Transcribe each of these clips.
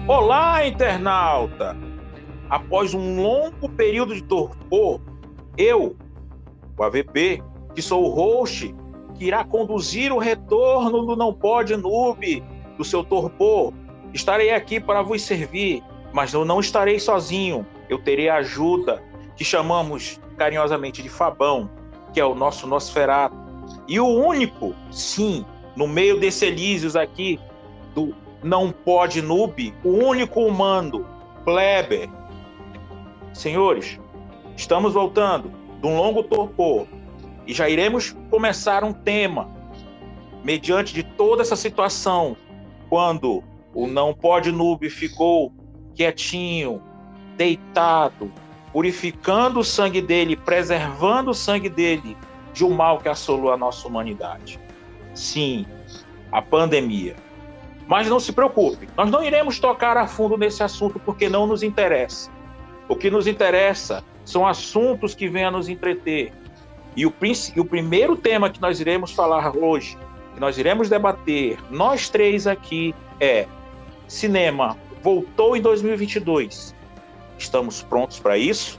Olá, internauta! Após um longo período de torpor, eu, o AVP, que sou o host, que irá conduzir o retorno do Não Pode Noob, do seu torpor, estarei aqui para vos servir, mas eu não estarei sozinho. Eu terei a ajuda, que chamamos carinhosamente de Fabão, que é o nosso Nosferatu. E o único, sim, no meio desse Elísios aqui, do Não Pode Noob, o único humano, Kleber. Senhores, estamos voltando de um longo torpor e já iremos começar um tema mediante de toda essa situação, quando o Não Pode Noob ficou quietinho, deitado, purificando o sangue dele, preservando o sangue dele de um mal que assolou a nossa humanidade. Sim, a pandemia. Mas não se preocupe, nós não iremos tocar a fundo nesse assunto porque não nos interessa. O que nos interessa são assuntos que venham a nos entreter. E o primeiro tema que nós iremos falar hoje, que nós iremos debater, nós três aqui, é: cinema voltou em 2022. Estamos prontos para isso?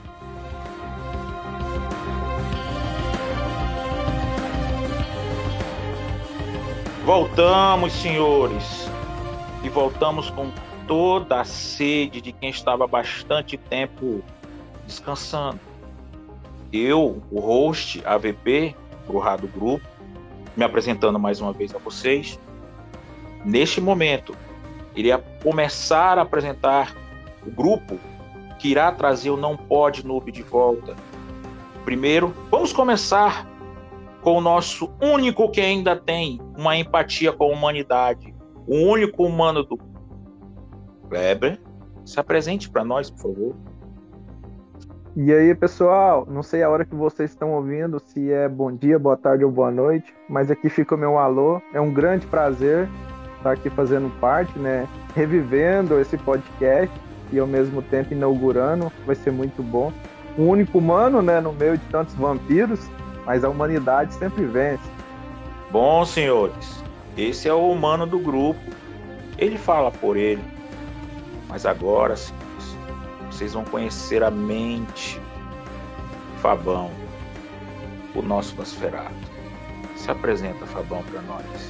Voltamos, senhores, e voltamos com toda a sede de quem estava há bastante tempo descansando. Eu, o host AVP, Bruhá do grupo, me apresentando mais uma vez a vocês. Neste momento, iria começar a apresentar o grupo que irá trazer o Não Pode Noob de volta. Primeiro, vamos começar com o nosso único que ainda tem uma empatia com a humanidade, o único humano do Kleber. Se apresente para nós, por favor. E aí, pessoal, não sei a hora que vocês estão ouvindo, se é bom dia, boa tarde ou boa noite, mas aqui fica o meu alô. É um grande prazer estar aqui fazendo parte, né, revivendo esse podcast e ao mesmo tempo inaugurando, vai ser muito bom. Um único humano, né, no meio de tantos vampiros, mas a humanidade sempre vence. Bom, senhores, esse é o humano do grupo. Ele fala por ele. Mas agora, senhores, vocês vão conhecer a mente Fabão, o nosso Nosferatu. Se apresenta, Fabão, para nós.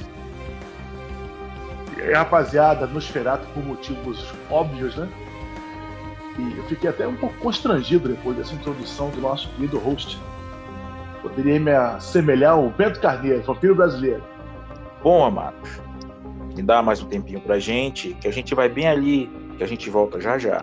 E aí, rapaziada, Nosferatu por motivos óbvios, né? E eu fiquei até um pouco constrangido depois dessa introdução do nosso querido host. Poderia me assemelhar ao Bento Carneiro, vampiro brasileiro. Bom, amados, me dá mais um tempinho pra gente, que a gente vai bem ali, que a gente volta já já.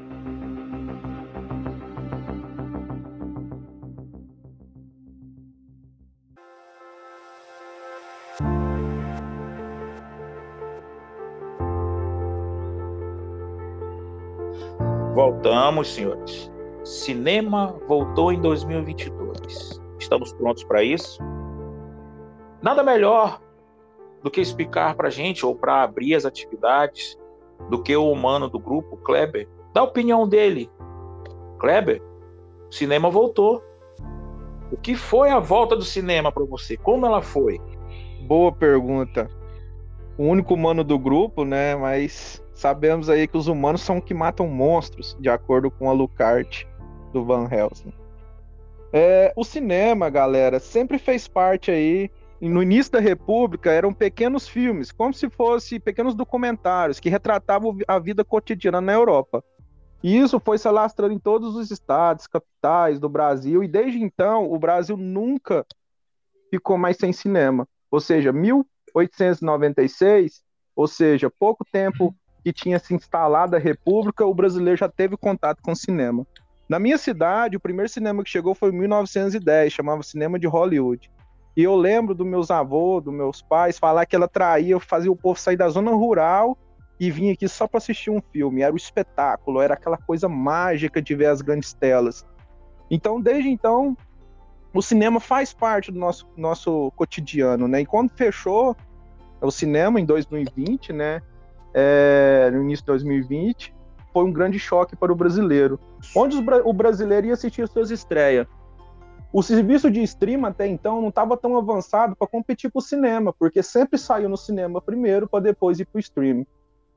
Voltamos, senhores. Cinema voltou em 2022. Estamos prontos para isso? Nada melhor do que explicar para a gente, ou para abrir as atividades, do que o humano do grupo, Kleber, da opinião dele. Kleber, o cinema voltou. O que foi a volta do cinema para você? Como ela foi? Boa pergunta. O único humano do grupo, né, mas sabemos aí que os humanos são os que matam monstros, de acordo com Alucard do Van Helsing. O cinema, galera, sempre fez parte aí. No início da República eram pequenos filmes, como se fossem pequenos documentários que retratavam a vida cotidiana na Europa. E isso foi se alastrando em todos os estados, capitais do Brasil, e desde então o Brasil nunca ficou mais sem cinema. Ou seja, 1896, ou seja, pouco tempo que tinha se instalado a República, o brasileiro já teve contato com o cinema. Na minha cidade, o primeiro cinema que chegou foi em 1910, chamava Cinema de Hollywood. E eu lembro dos meus avós, dos meus pais, falar que ela traía, fazia o povo sair da zona rural e vinha aqui só para assistir um filme. Era o espetáculo, era aquela coisa mágica de ver as grandes telas. Então, desde então, o cinema faz parte do nosso cotidiano, né? E quando fechou o cinema em 2020, né? No início de 2020, foi um grande choque para o brasileiro. Onde o brasileiro ia assistir as suas estreias. O serviço de stream até então não estava tão avançado para competir com o cinema, porque sempre saiu no cinema primeiro para depois ir para o streaming.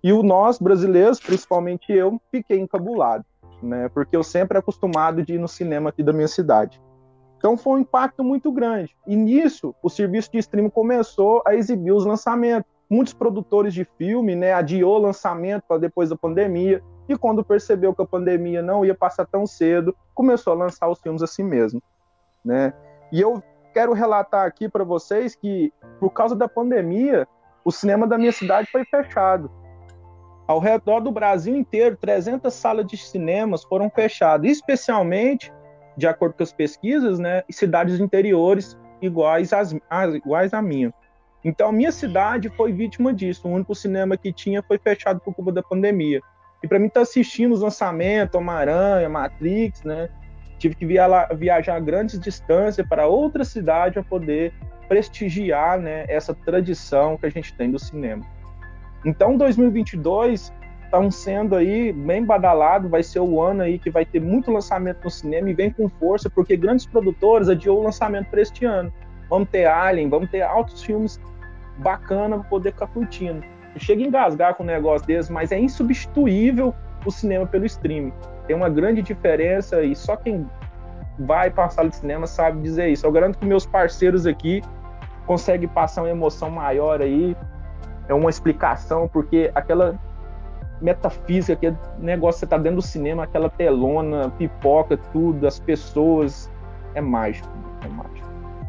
E nós, brasileiros, principalmente eu, fiquei encabulado, né? Porque eu sempre acostumado de ir no cinema aqui da minha cidade. Então foi um impacto muito grande. E nisso, o serviço de streaming começou a exibir os lançamentos. Muitos produtores de filme, né, adiou o lançamento para depois da pandemia. E quando percebeu que a pandemia não ia passar tão cedo, começou a lançar os filmes assim mesmo, né? E eu quero relatar aqui para vocês que, por causa da pandemia, o cinema da minha cidade foi fechado. Ao redor do Brasil inteiro, 300 salas de cinemas foram fechadas, especialmente, de acordo com as pesquisas, né, em cidades interiores iguais à minha. Então, a minha cidade foi vítima disso. O único cinema que tinha foi fechado por culpa da pandemia. E para mim estar assistindo os lançamentos, Homem-Aranha, Matrix, né, tive que viajar grandes distâncias para outra cidade para poder prestigiar, né, essa tradição que a gente tem do cinema. Então, 2022 estão sendo aí bem badalado, vai ser o ano aí que vai ter muito lançamento no cinema e vem com força, porque grandes produtores adiou o lançamento para este ano. Vamos ter Alien, vamos ter altos filmes bacanas para poder ficar curtindo. Chega a engasgar com um negócio desse, mas é insubstituível o cinema pelo streaming. Tem uma grande diferença e só quem vai para a sala de cinema sabe dizer isso. Eu garanto que meus parceiros aqui conseguem passar uma emoção maior aí, é uma explicação, porque aquela metafísica, aquele negócio que você tá dentro do cinema, aquela telona, pipoca, tudo, as pessoas, é mágico, é mágico.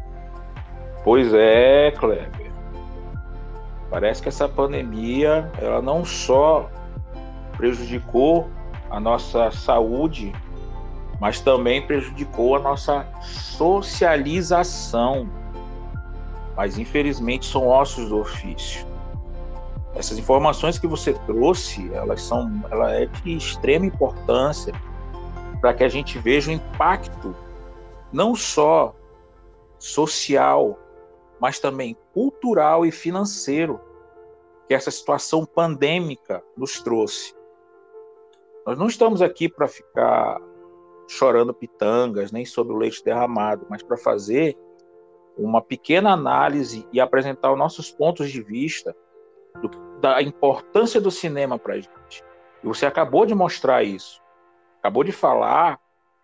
Pois é, Kleber. Parece que essa pandemia, ela não só prejudicou a nossa saúde, mas também prejudicou a nossa socialização. Mas, infelizmente, são ossos do ofício. Essas informações que você trouxe, ela é de extrema importância para que a gente veja o impacto não só social, mas também cultural e financeiro que essa situação pandêmica nos trouxe. Nós não estamos aqui para ficar chorando pitangas, nem sobre o leite derramado, mas para fazer uma pequena análise e apresentar os nossos pontos de vista da importância do cinema para a gente. E você acabou de mostrar isso. Acabou de falar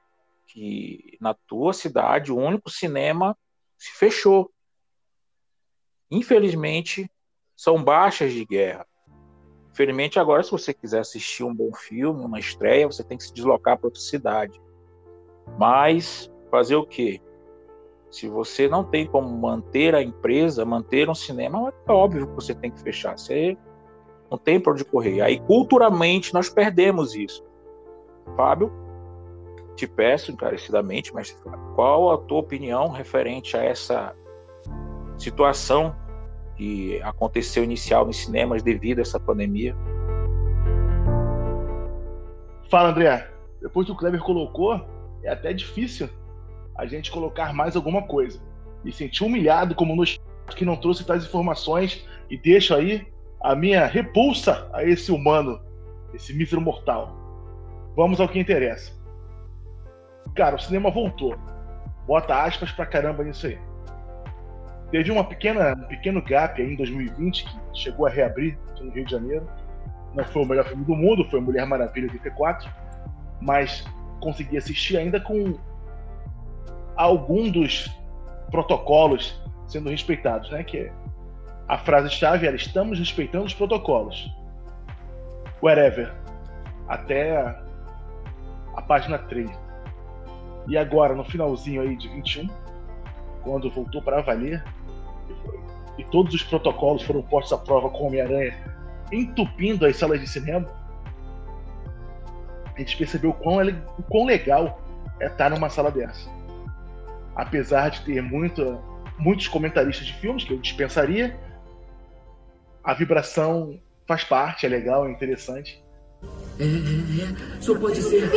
que na tua cidade o único cinema se fechou. Infelizmente, são baixas de guerra. Infelizmente, agora, se você quiser assistir um bom filme, uma estreia, você tem que se deslocar para outra cidade. Mas fazer o quê? Se você não tem como manter a empresa, manter um cinema, é óbvio que você tem que fechar. Você não tem para onde correr. Aí, culturalmente, nós perdemos isso. Fábio, te peço encarecidamente, mas qual a tua opinião referente a essa situação que aconteceu inicial nos cinemas devido a essa pandemia? Fala, André. Depois que o Kleber colocou, é até difícil a gente colocar mais alguma coisa. Me senti humilhado como no chat que não trouxe tais informações e deixo aí a minha repulsa a esse humano, esse mísero mortal. Vamos ao que interessa. Cara, o cinema voltou. Bota aspas pra caramba nisso aí. Teve um pequeno gap aí em 2020 que chegou a reabrir aqui no Rio de Janeiro. Não foi o melhor filme do mundo, foi Mulher Maravilha 84, mas consegui assistir ainda com algum dos protocolos sendo respeitados, né? Que a frase-chave era: estamos respeitando os protocolos. Wherever. Até a página 3. E agora, no finalzinho aí de 21, quando voltou para valer, e todos os protocolos foram postos à prova com Homem-Aranha entupindo as salas de cinema, a gente percebeu o quão legal é estar numa sala dessa. Apesar de ter muitos comentaristas de filmes que eu dispensaria, a vibração faz parte, é legal, é interessante. Só pode ser.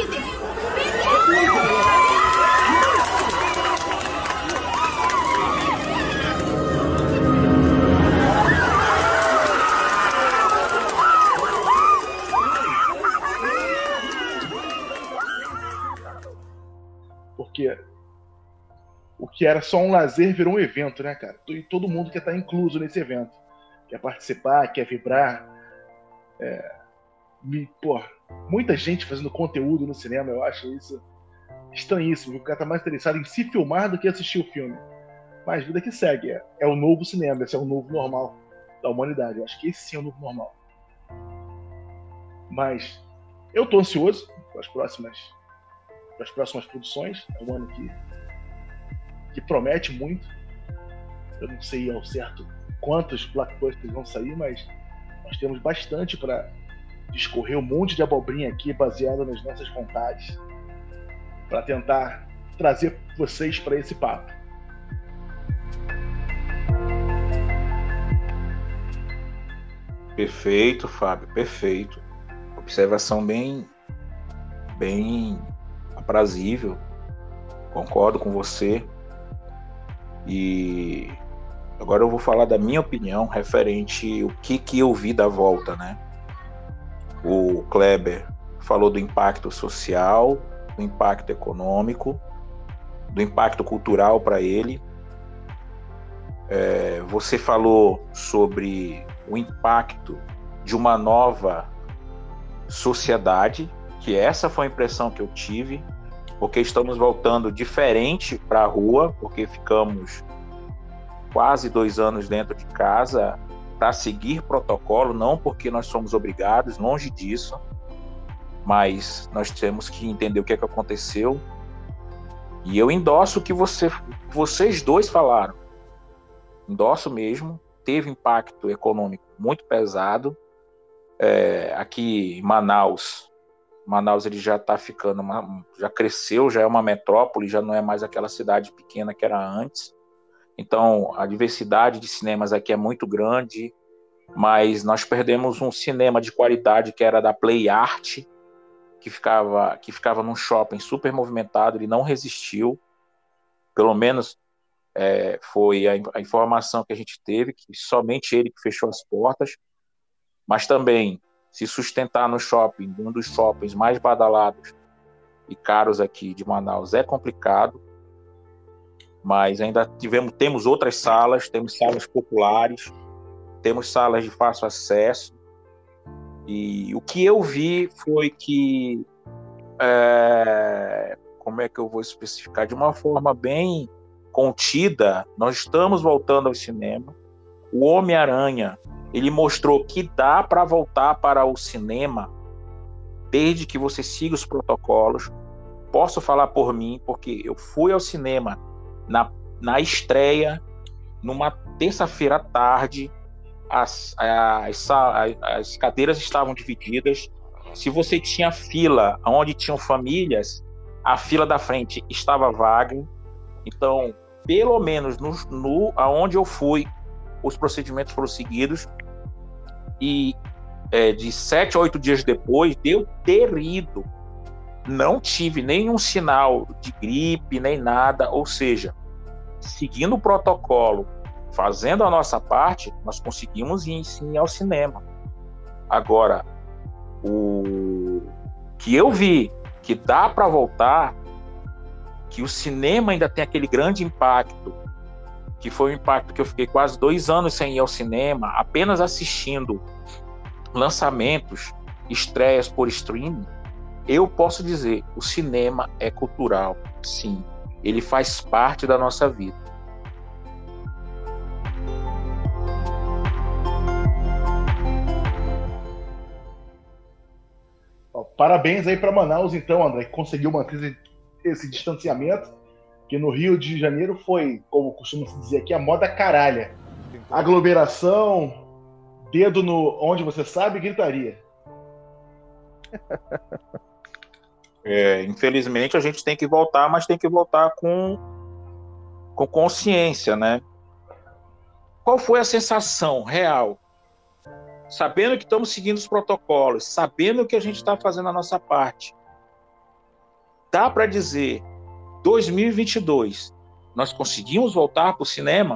Porque o que era só um lazer virou um evento, né, cara? E todo mundo quer estar incluso nesse evento. Quer participar, quer vibrar. Pô, muita gente fazendo conteúdo no cinema, eu acho isso estranhíssimo. O cara tá mais interessado em se filmar do que assistir o filme. Mas vida que segue, é o novo cinema, esse é o novo normal da humanidade. Eu acho que esse sim é o novo normal. Mas eu tô ansioso para as próximas produções. É um ano que promete muito. Eu não sei ao certo quantos blockbusters vão sair, mas nós temos bastante para discorrer, um monte de abobrinha aqui baseada nas nossas vontades, para tentar trazer vocês para esse papo. Perfeito, Fábio, perfeito. Observação bem aprazível. Concordo com você. E agora eu vou falar da minha opinião referente ao que eu vi da volta, né? O Kleber falou do impacto social, do impacto econômico, do impacto cultural para ele. Você falou sobre o impacto de uma nova sociedade, que essa foi a impressão que eu tive, porque estamos voltando diferente para a rua, porque ficamos quase 2 anos dentro de casa para seguir protocolo, não porque nós somos obrigados, longe disso, mas nós temos que entender o que aconteceu. E eu endosso o que vocês dois falaram. Endosso mesmo. Teve impacto econômico muito pesado. Aqui em Manaus ele já está ficando, já cresceu, já é uma metrópole, já não é mais aquela cidade pequena que era antes. Então, a diversidade de cinemas aqui é muito grande, mas nós perdemos um cinema de qualidade que era da Play Art, que ficava num shopping super movimentado. Ele não resistiu, pelo menos foi a informação que a gente teve, que somente ele que fechou as portas, mas também se sustentar no shopping, um dos shoppings mais badalados e caros aqui de Manaus, é complicado, mas ainda temos outras salas, temos salas populares, temos salas de fácil acesso, e o que eu vi foi que, como é que eu vou especificar? De uma forma bem contida, nós estamos voltando ao cinema. O Homem-Aranha, ele mostrou que dá para voltar para o cinema desde que você siga os protocolos. Posso falar por mim, porque eu fui ao cinema na estreia, numa terça-feira à tarde. As cadeiras estavam divididas. Se você tinha fila onde tinham famílias, a fila da frente estava vaga. Então, pelo menos aonde eu fui, os procedimentos foram seguidos. E de 7 a 8 dias depois de eu ter ido, não tive nenhum sinal de gripe, nem nada. Ou seja, seguindo o protocolo, fazendo a nossa parte, nós conseguimos ir sim ao cinema. Agora, o que eu vi que dá para voltar, que o cinema ainda tem aquele grande impacto, que foi o impacto que eu fiquei quase 2 anos sem ir ao cinema, apenas assistindo lançamentos, estreias por streaming. Eu posso dizer, o cinema é cultural, sim, ele faz parte da nossa vida. Parabéns aí para Manaus, então, André, que conseguiu manter esse distanciamento, que no Rio de Janeiro foi, como costuma se dizer aqui, a moda caralha. Aglomeração, dedo no onde você sabe, gritaria. Infelizmente a gente tem que voltar, mas tem que voltar com consciência, né? Qual foi a sensação real? Sabendo que estamos seguindo os protocolos, sabendo que a gente está fazendo a nossa parte, dá para dizer, 2022, nós conseguimos voltar para o cinema?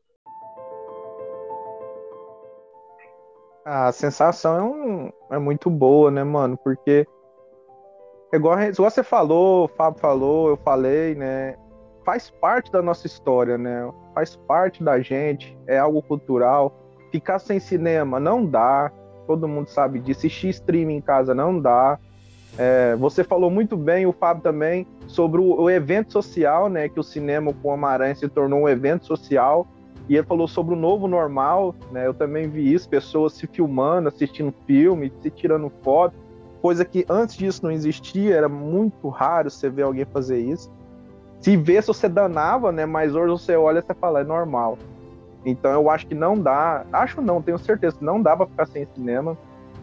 A sensação é muito boa, né, mano? Porque, igual você falou, o Fábio falou, eu falei, né? Faz parte da nossa história, né? Faz parte da gente, é algo cultural. Ficar sem cinema não dá. todo mundo sabe disso. Assistir streaming em casa não dá. Você falou muito bem, o Fábio também, sobre o evento social, né, que o cinema com o Homem-Aranha se tornou um evento social, e ele falou sobre o novo normal, né, eu também vi isso, pessoas se filmando, assistindo filme, se tirando foto, coisa que antes disso não existia, era muito raro você ver alguém fazer isso. Se vê, se você danava, né, mas hoje você olha e você fala, é normal. Então eu acho que não dá, tenho certeza que não dá para ficar sem cinema,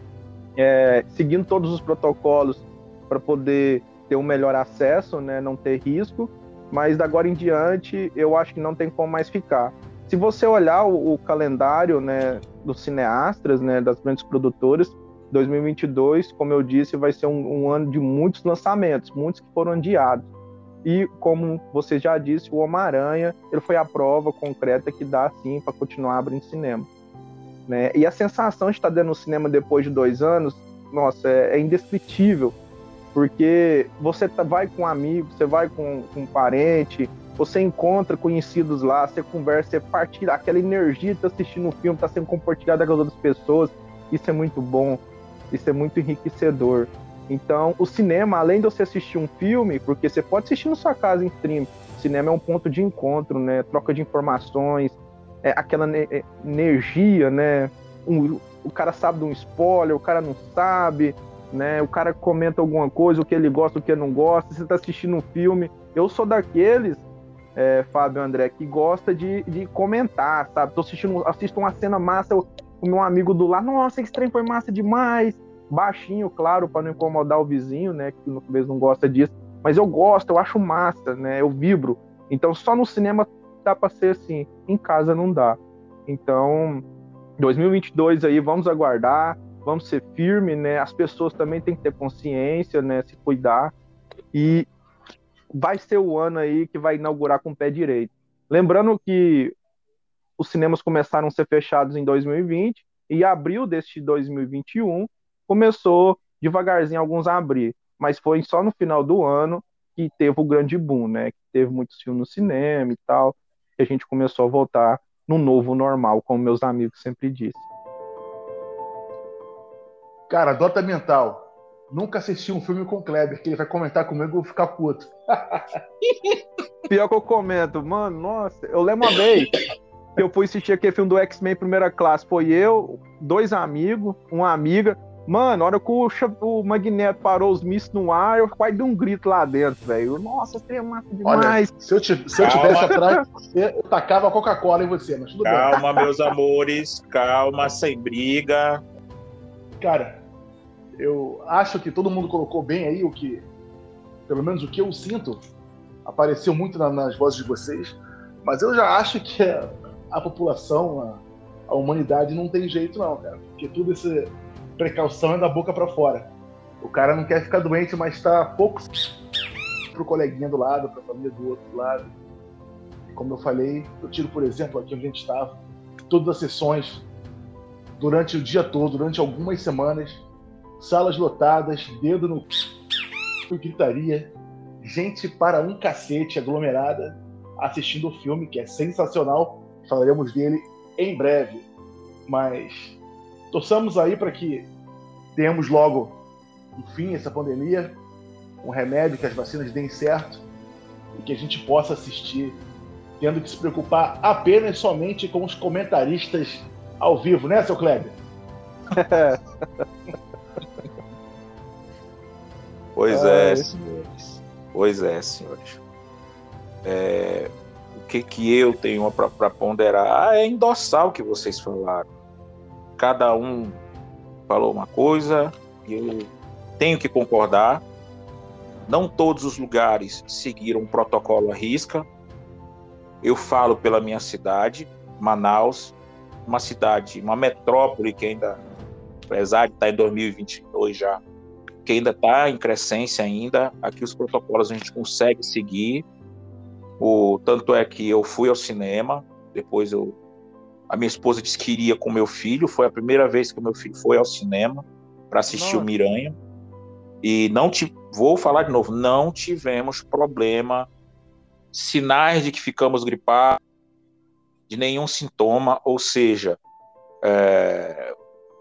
seguindo todos os protocolos para poder ter um melhor acesso, né, não ter risco, mas da agora em diante eu acho que não tem como mais ficar. Se você olhar o calendário, né, dos cineastas, né, das grandes produtoras, 2022, como eu disse, vai ser um ano de muitos lançamentos, muitos que foram adiados. E como você já disse, o Homem-Aranha, ele foi a prova concreta que dá sim para continuar abrindo cinema. Né? E a sensação de estar dentro do cinema depois de 2 anos, nossa, é indescritível, porque você vai com um amigo, você vai com um parente, você encontra conhecidos lá, você conversa, você partilha aquela energia de estar assistindo um filme, está sendo compartilhada com as outras pessoas, isso é muito bom, isso é muito enriquecedor. Então, o cinema, além de você assistir um filme, porque você pode assistir na sua casa em stream, o cinema é um ponto de encontro, né? Troca de informações, aquela energia, né? O cara sabe de um spoiler, o cara não sabe, né? O cara comenta alguma coisa, o que ele gosta, o que ele não gosta, você está assistindo um filme. Eu sou daqueles, Fábio, André, que gosta de comentar, sabe? Assisto uma cena massa, o meu amigo do lado, nossa, esse trem foi massa demais. Baixinho, claro, para não incomodar o vizinho, né, que talvez não gosta disso, mas eu gosto, eu acho massa, né, eu vibro. Então só no cinema dá para ser assim, em casa não dá. Então 2022 aí, vamos aguardar, vamos ser firme, né, as pessoas também têm que ter consciência, né, se cuidar, e vai ser o ano aí que vai inaugurar com o pé direito. Lembrando que os cinemas começaram a ser fechados em 2020 e abril deste 2021 começou devagarzinho alguns a abrir, mas foi só no final do ano que teve o grande boom, né? Que teve muitos filmes no cinema e tal, que a gente começou a voltar no novo normal, como meus amigos sempre dizem. Cara, Dota Mental. Nunca assisti um filme com o Kleber, que ele vai comentar comigo e eu vou ficar puto. Pior que eu comento, mano, nossa, eu lembro uma vez que eu fui assistir aquele filme do X-Men Primeira Classe, foi eu, 2 amigos, uma amiga. Mano, na hora que o Magneto parou os mísseis no ar, eu quase dei um grito lá dentro, velho. Nossa, seria massa demais. Olha, se eu tivesse atrás, eu tacava Coca-Cola em você, mas tudo bem. Calma, meus amores, calma, sem briga. Cara, eu acho que todo mundo colocou bem aí pelo menos o que eu sinto, apareceu muito nas vozes de vocês, mas eu já acho que a população, a humanidade não tem jeito não, cara, porque tudo esse precaução é da boca para fora. O cara não quer ficar doente, mas tá pouco pro coleguinha do lado, pra família do outro lado. E como eu falei, eu tiro, por exemplo, aqui onde a gente estava, todas as sessões, durante o dia todo, durante algumas semanas, salas lotadas, dedo no gritaria, gente para um cacete aglomerada assistindo o filme, que é sensacional. Falaremos dele em breve. Mas torçamos aí para que tenhamos logo um fim essa pandemia, um remédio, que as vacinas deem certo e que a gente possa assistir, tendo que se preocupar apenas somente com os comentaristas ao vivo, né, seu Kleber? Pois é, senhores. Pois é, senhores. O que eu tenho para ponderar é endossar o que vocês falaram. Cada um falou uma coisa e eu tenho que concordar. Não todos os lugares seguiram um protocolo à risca. Eu falo pela minha cidade, Manaus, uma cidade, uma metrópole que ainda, apesar de estar em 2022 já, que ainda está em crescência ainda. Aqui os protocolos a gente consegue seguir. Tanto é que eu fui ao cinema, depois a minha esposa disse que iria com meu filho, foi a primeira vez que o meu filho foi ao cinema para assistir o Miranha. E vou falar de novo, não tivemos problema, sinais de que ficamos gripados, de nenhum sintoma, ou seja,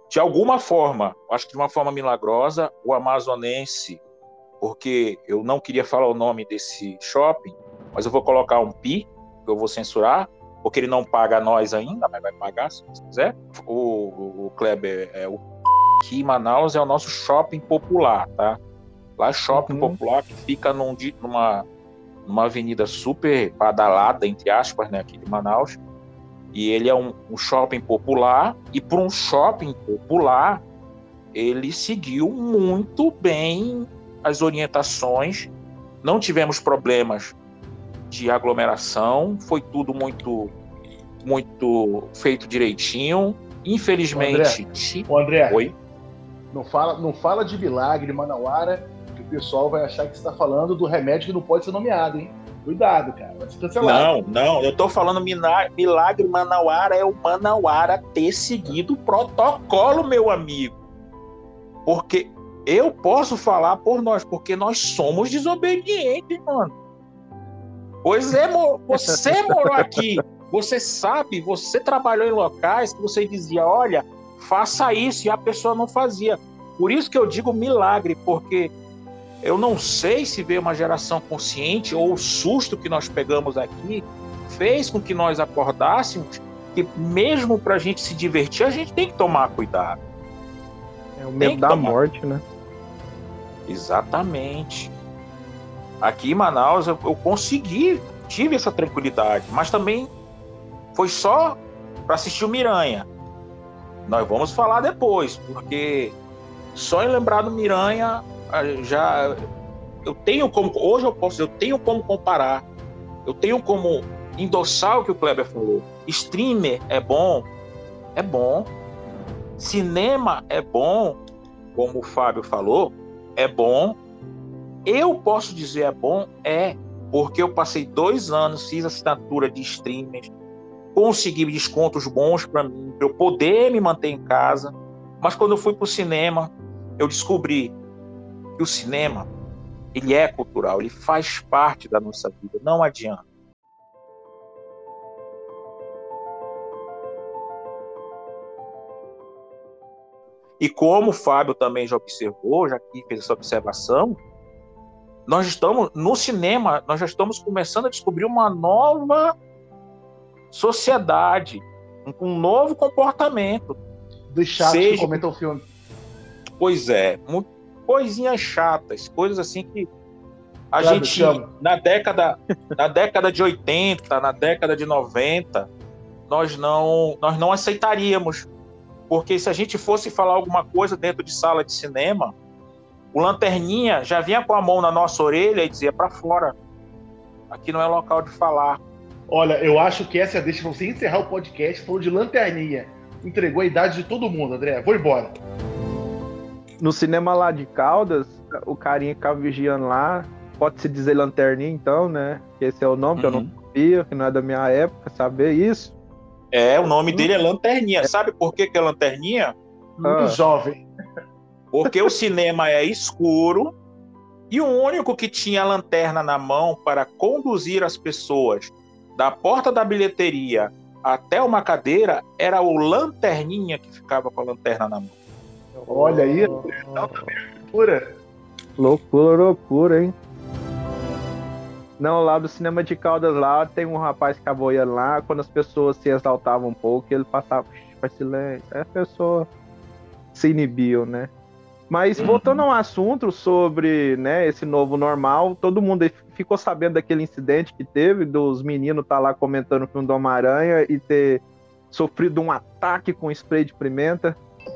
de alguma forma, acho que de uma forma milagrosa, o amazonense, porque eu não queria falar o nome desse shopping, mas eu vou colocar um pi, que eu vou censurar, porque ele não paga a nós ainda, mas vai pagar se você quiser. O Kleber, aqui em Manaus é o nosso shopping popular, tá? Lá é shopping popular que fica numa avenida super badalada, entre aspas, né, aqui de Manaus. E ele é um shopping popular, e por um shopping popular, ele seguiu muito bem as orientações. Não tivemos problemas de aglomeração, foi tudo muito, muito feito direitinho. Infelizmente... André, Oi? Não fala de milagre, Manauara, que o pessoal vai achar que você está falando do remédio que não pode ser nomeado, hein? Cuidado, cara, vai ser cancelado. Não, eu tô falando milagre Manauara é o Manauara ter seguido o protocolo, meu amigo. Porque eu posso falar por nós, porque nós somos desobedientes, mano. Pois é, você morou aqui, você sabe, você trabalhou em locais que você dizia, olha, faça isso, e a pessoa não fazia. Por isso que eu digo milagre, porque eu não sei se veio uma geração consciente ou o susto que nós pegamos aqui fez com que nós acordássemos que mesmo para a gente se divertir, a gente tem que tomar cuidado. É o medo da morte, né? Exatamente. Aqui em Manaus eu tive essa tranquilidade, mas também foi só para assistir o Miranha. Nós vamos falar depois, porque só em lembrar do Miranha já eu tenho como comparar, eu tenho como endossar o que o Kleber falou. Streamer é bom, cinema é bom, como o Fábio falou, é bom. Eu posso dizer é bom, porque eu passei 2 anos, fiz assinatura de streamers, consegui descontos bons para mim, para eu poder me manter em casa. Mas quando eu fui para o cinema, eu descobri que o cinema, ele é cultural, ele faz parte da nossa vida, não adianta. E como o Fábio também já observou, já que fez essa observação, nós estamos no cinema, nós já estamos começando a descobrir uma nova sociedade, um novo comportamento. Dos chatos que comentam o filme. Pois é, coisinhas chatas, coisas assim que a gente, na década de 80, na década de 90, nós não aceitaríamos. Porque se a gente fosse falar alguma coisa dentro de sala de cinema, o lanterninha já vinha com a mão na nossa orelha e dizia para fora. Aqui não é local de falar. Olha, eu acho que essa é a deixa pra você encerrar o podcast falando de lanterninha. Entregou a idade de todo mundo, André. Vou embora. No cinema lá de Caldas, o carinha que ficava vigiando lá, pode-se dizer lanterninha então, né? Esse é o nome que eu não sabia, que não é da minha época, saber isso. O nome dele é Lanterninha. Sabe por que é Lanterninha? Muito jovem. Porque o cinema é escuro e o único que tinha a lanterna na mão para conduzir as pessoas da porta da bilheteria até uma cadeira era o Lanterninha que ficava com a lanterna na mão. Olha aí, loucura. Loucura, hein? Não, lá do cinema de Caldas lá, tem um rapaz que ficava olhando lá, quando as pessoas se exaltavam um pouco, ele passava, faz silêncio, aí as pessoas se inibiam, né? Mas voltando ao assunto sobre, né, esse novo normal, todo mundo ficou sabendo daquele incidente que teve, dos meninos estar lá comentando o filme do Homem-Aranha e ter sofrido um ataque com spray de pimenta.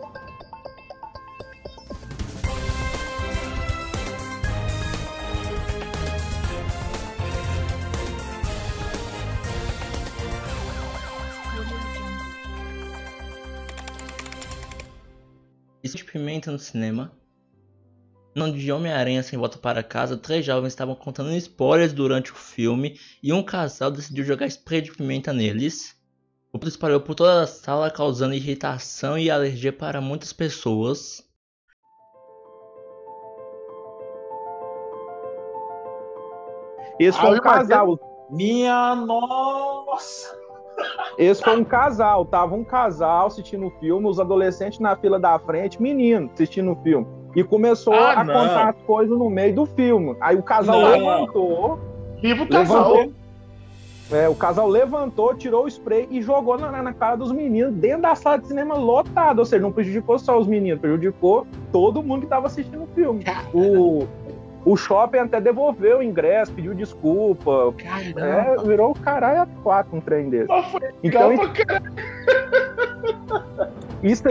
De pimenta no cinema. No de Homem-Aranha Sem Volta para Casa, 3 jovens estavam contando spoilers durante o filme e um casal decidiu jogar spray de pimenta neles. O produto espalhou por toda a sala, causando irritação e alergia para muitas pessoas. Esse foi um casal. Minha nossa! Esse foi um casal, tava um casal assistindo o filme, os adolescentes na fila da frente, menino assistindo o filme. E começou a contar as coisas no meio do filme. Aí o casal levantou. Viva o casal! O casal levantou, tirou o spray e jogou na cara dos meninos dentro da sala de cinema lotada. Ou seja, não prejudicou só os meninos, prejudicou todo mundo que estava assistindo o filme. O shopping até devolveu o ingresso, pediu desculpa. Virou o caralho a quatro um trem desse. Então, isso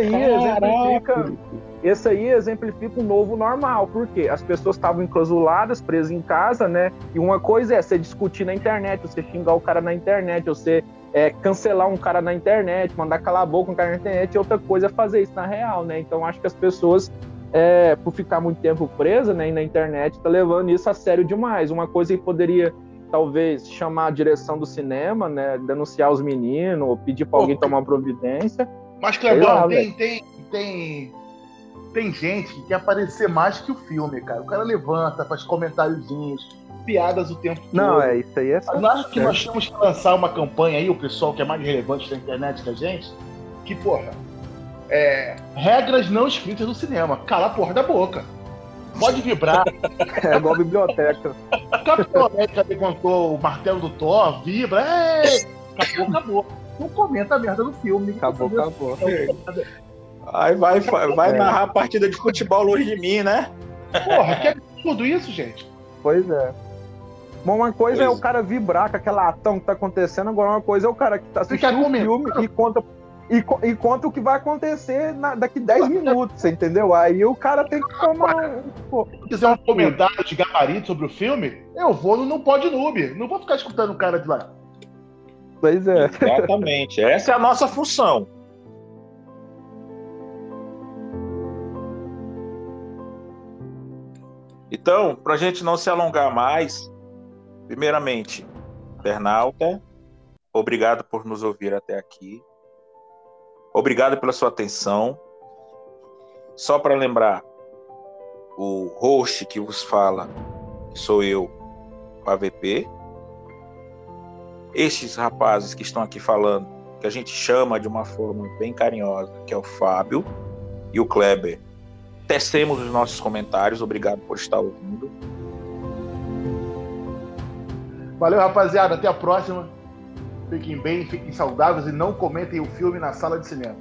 aí exemplifica um novo normal, porque as pessoas estavam enclausuladas, presas em casa, né? E uma coisa é você discutir na internet, você xingar o cara na internet, você cancelar um cara na internet, mandar calar a boca um cara na internet, e outra coisa é fazer isso na real, né? Então acho que as pessoas, por ficar muito tempo presa, né, na internet, tá levando isso a sério demais. Uma coisa que poderia talvez chamar a direção do cinema, né, denunciar os meninos, ou pedir para alguém tomar uma providência. Mas, Clebão, tem gente que quer aparecer mais que o filme, cara. O cara levanta, faz comentáriozinhos, piadas o tempo todo. Não, isso aí é certo. Mas acho que nós temos que lançar uma campanha aí, o pessoal que é mais relevante da internet que a gente, que, porra, regras não escritas do cinema. Cala a porra da boca. Pode vibrar. É igual a biblioteca. Capitão América levantou o martelo do Thor, vibra. Acabou. Não comenta a merda do filme. Acabou. Aí vai narrar a partida de futebol longe de mim, né? Porra, que absurdo isso, gente. Pois é. Bom, uma coisa é o cara vibrar com aquela ação que tá acontecendo, agora uma coisa é o cara que tá assistindo o filme e conta o que vai acontecer daqui 10 minutos, você entendeu? Aí o cara tem que tomar... Se quiser um comentário de gabarito sobre o filme, eu vou no Não Pode Noob. Não vou ficar escutando o cara de lá. Pois é. Exatamente. Essa é a nossa função. Então, para a gente não se alongar mais, primeiramente, internauta, obrigado por nos ouvir até aqui. Obrigado pela sua atenção. Só para lembrar, o host que vos fala, que sou eu, o AVP. Estes rapazes que estão aqui falando, que a gente chama de uma forma bem carinhosa, que é o Fábio e o Kleber. Tecemos os nossos comentários. Obrigado por estar ouvindo. Valeu, rapaziada. Até a próxima. Fiquem bem, fiquem saudáveis e não comentem o filme na sala de cinema.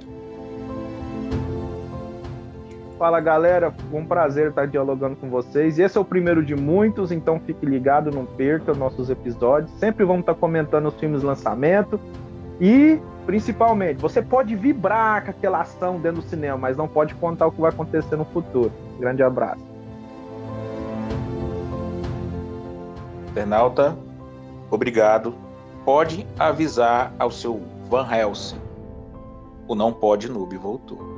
Fala, galera. Foi um prazer estar dialogando com vocês. Esse é o primeiro de muitos, então fique ligado, não perca nossos episódios. Sempre vamos estar comentando os filmes de lançamento. E, principalmente, você pode vibrar com aquela ação dentro do cinema, mas não pode contar o que vai acontecer no futuro. Grande abraço. Internauta, obrigado. Pode avisar ao seu Van Helsing. O Não Pode Noob voltou.